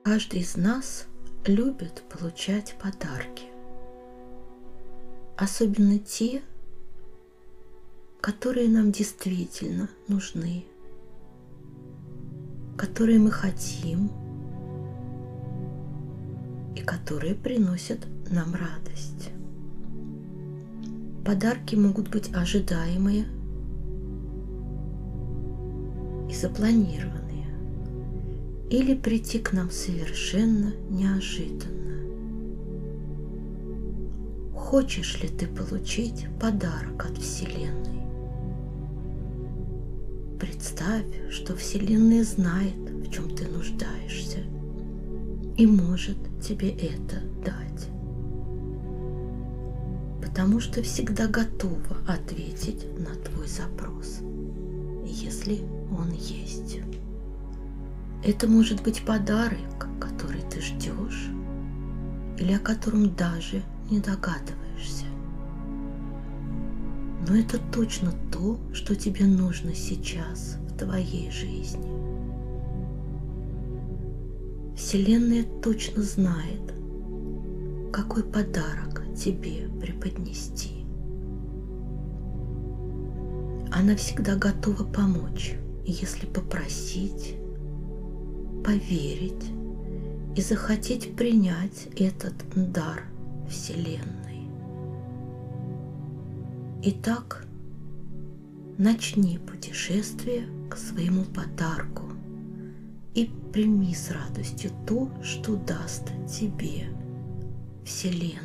Каждый из нас любит получать подарки. Особенно те, которые нам действительно нужны, которые мы хотим и которые приносят нам радость. Подарки могут быть ожидаемые и запланированные, или прийти к нам совершенно неожиданно. Хочешь ли ты получить подарок от Вселенной? Представь, что Вселенная знает, в чем ты нуждаешься, и может тебе это дать, потому что всегда готова ответить на твой запрос, если он есть. Это может быть подарок, который ты ждешь, или о котором даже не догадываешься. Но это точно то, что тебе нужно сейчас в твоей жизни. Вселенная точно знает, какой подарок тебе преподнести. Она всегда готова помочь, если попросить, поверить и захотеть принять этот дар Вселенной. Итак, начни путешествие к своему подарку и прими с радостью то, что даст тебе Вселенная.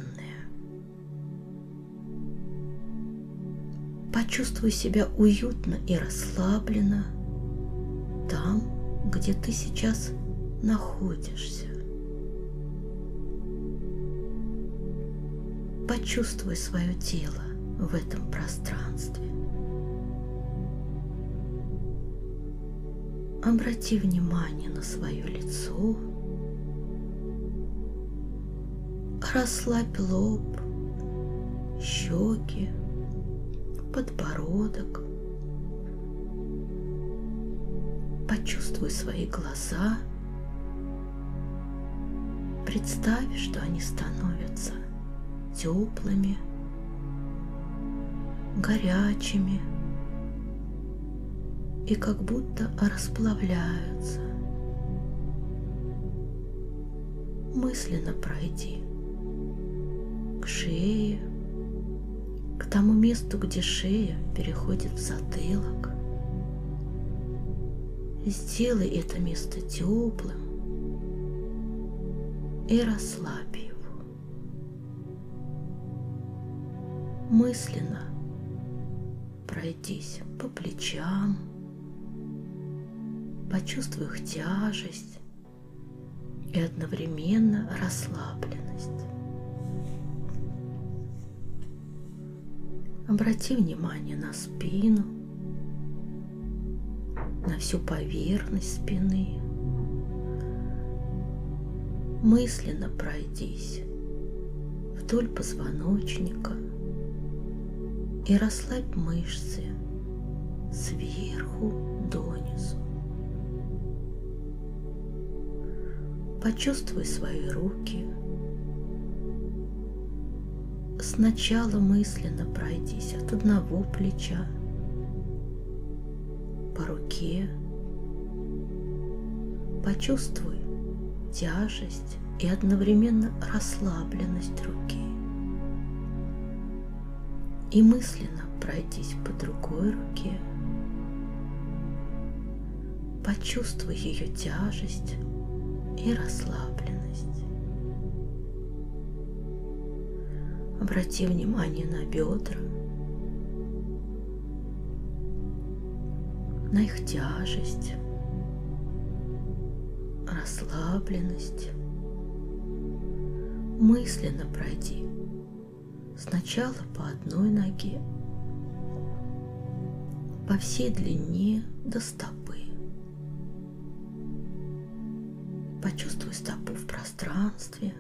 Почувствуй себя уютно и расслабленно там, где ты сейчас находишься. Почувствуй свое тело в этом пространстве. Обрати внимание на свое лицо. Расслабь лоб, щеки, подбородок. Почувствуй свои глаза. Представь, что они становятся теплыми, горячими и как будто расплавляются. Мысленно пройди к шее, к тому месту, где шея переходит в затылок. Сделай это место теплым и расслабь его. Мысленно пройдись по плечам, почувствуй их тяжесть и одновременно расслабленность. Обрати внимание на спину, на всю поверхность спины. Мысленно пройдись вдоль позвоночника и расслабь мышцы сверху донизу. Почувствуй свои руки. Сначала мысленно пройдись от одного плеча по руке. Почувствуй тяжесть и одновременно расслабленность руки. И мысленно пройдись по другой руке. Почувствуй ее тяжесть и расслабленность. Обрати внимание на бедра, на их тяжесть, расслабленность. Мысленно пройди сначала по одной ноге, по всей длине до стопы. Почувствуй стопу в пространстве,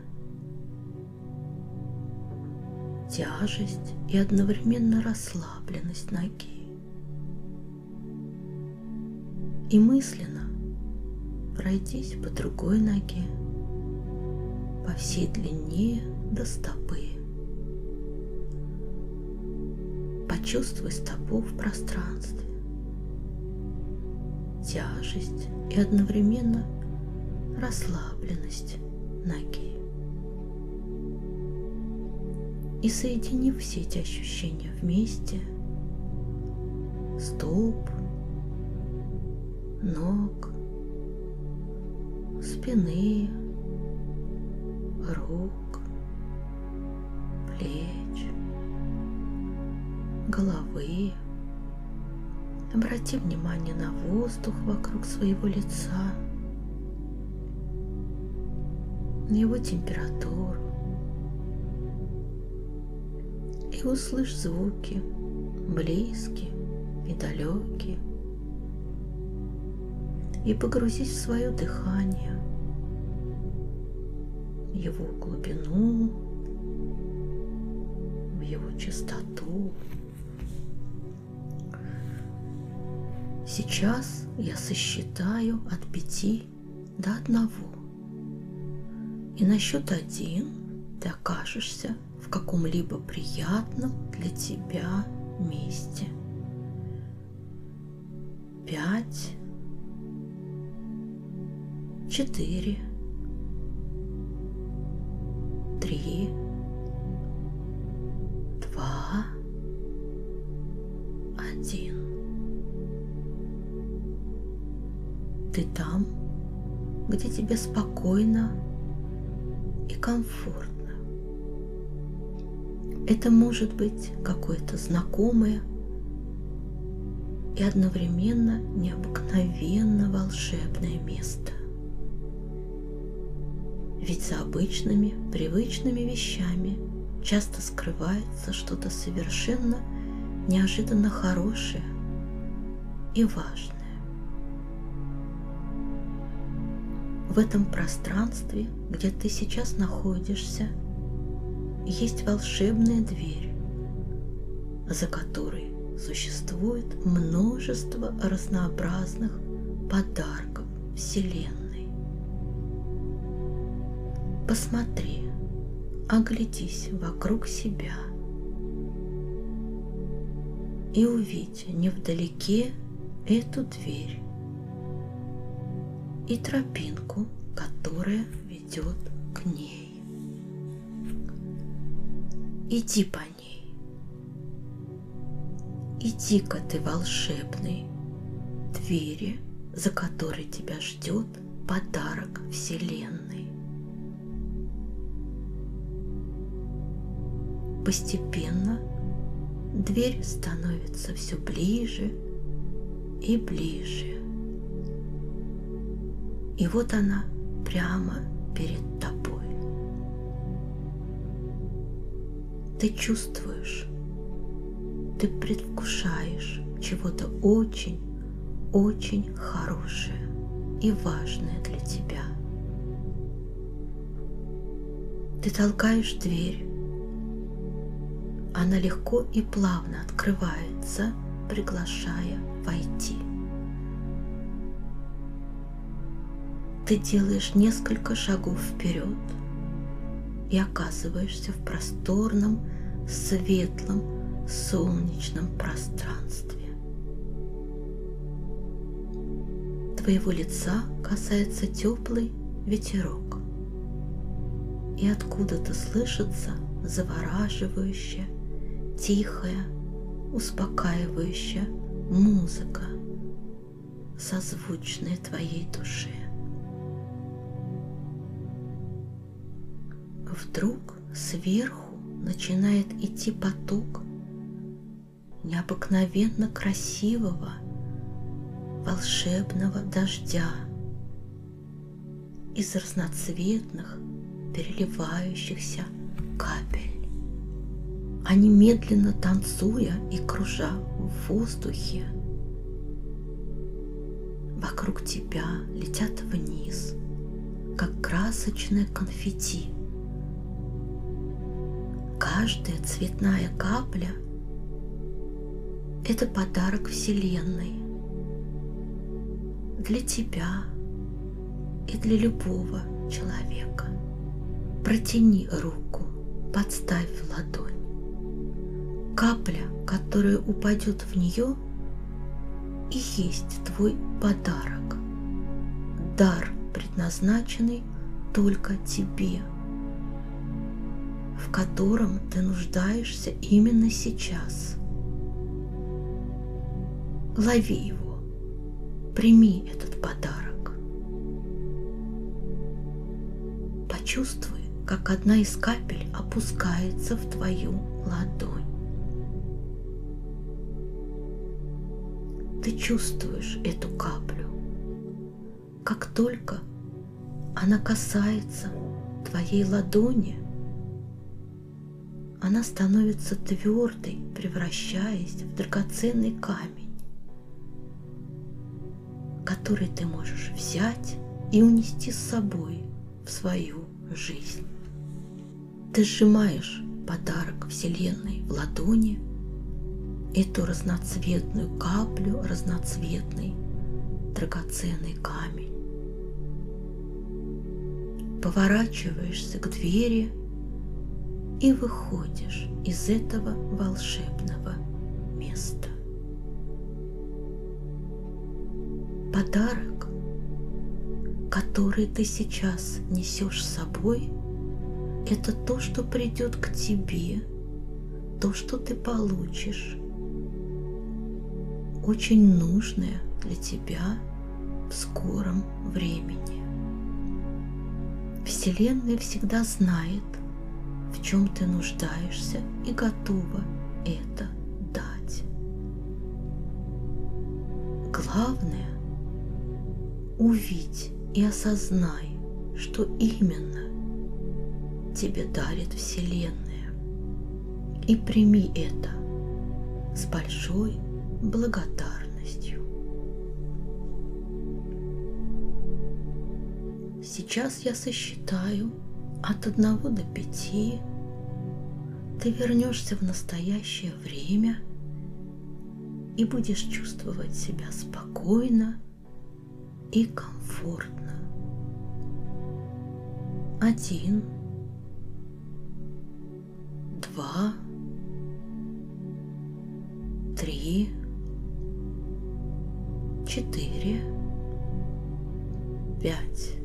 тяжесть и одновременно расслабленность ноги. И мысленно пройдись по другой ноге, по всей длине до стопы. Почувствуй стопу в пространстве, тяжесть и одновременно расслабленность ноги. И соединив все эти ощущения вместе, стоп, ног, спины, рук, плеч, головы. Обрати внимание на воздух вокруг своего лица, на его температуру, и услышь звуки, близкие и далекие, и погрузись в свое дыхание, его глубину, в его чистоту. Сейчас я сосчитаю от 5 до 1. И на счет 1 ты окажешься в каком-либо приятном для тебя месте. 5, 4, 3, 2, 1. Ты там, где тебе спокойно и комфортно. Это может быть какое-то знакомое и одновременно необыкновенно волшебное место. Ведь за обычными, привычными вещами часто скрывается что-то совершенно неожиданно хорошее и важное. В этом пространстве, где ты сейчас находишься, есть волшебная дверь, за которой существует множество разнообразных подарков Вселенной. Посмотри, оглядись вокруг себя и увидь невдалеке эту дверь и тропинку, которая ведет к ней. Иди по ней. Иди к этой волшебной двери, за которой тебя ждет подарок Вселенной. Постепенно дверь становится все ближе и ближе. И вот она прямо перед тобой. Ты чувствуешь, ты предвкушаешь чего-то очень, очень хорошее и важное для тебя. Ты толкаешь дверь. Она легко и плавно открывается, приглашая войти. Ты делаешь несколько шагов вперед и оказываешься в просторном, светлом, солнечном пространстве. Твоего лица касается теплый ветерок, и откуда-то слышится завораживающая, тихая, успокаивающая музыка, созвучная твоей душе. Вдруг сверху начинает идти поток необыкновенно красивого, волшебного дождя из разноцветных, переливающихся капель. Они, медленно танцуя и кружа в воздухе, вокруг тебя летят вниз, как красочное конфетти. Каждая цветная капля – это подарок Вселенной для тебя и для любого человека. Протяни руку, подставь ладонь. Капля, которая упадет в нее, и есть твой подарок. Дар, предназначенный только тебе, в котором ты нуждаешься именно сейчас. Лови его, прими этот подарок. Почувствуй, как одна из капель опускается в твою ладонь. Ты чувствуешь эту каплю. Как только она касается твоей ладони, она становится твердой, превращаясь в драгоценный камень, который ты можешь взять и унести с собой в свою жизнь. Ты сжимаешь подарок Вселенной в ладони, эту разноцветную каплю, разноцветный драгоценный камень. Поворачиваешься к двери и выходишь из этого волшебного места. Подарок, который ты сейчас несешь с собой, это то, что придет к тебе, то, что ты получишь, очень нужное для тебя в скором времени. Вселенная всегда знает, в чем ты нуждаешься, и готова это дать. Главное, увидь и осознай, что именно тебе дарит Вселенная, и прими это с большой благодарностью. Сейчас я сосчитаю от 1 до 5. Ты вернешься в настоящее время и будешь чувствовать себя спокойно и комфортно. 1, 2, 3, 4, 5.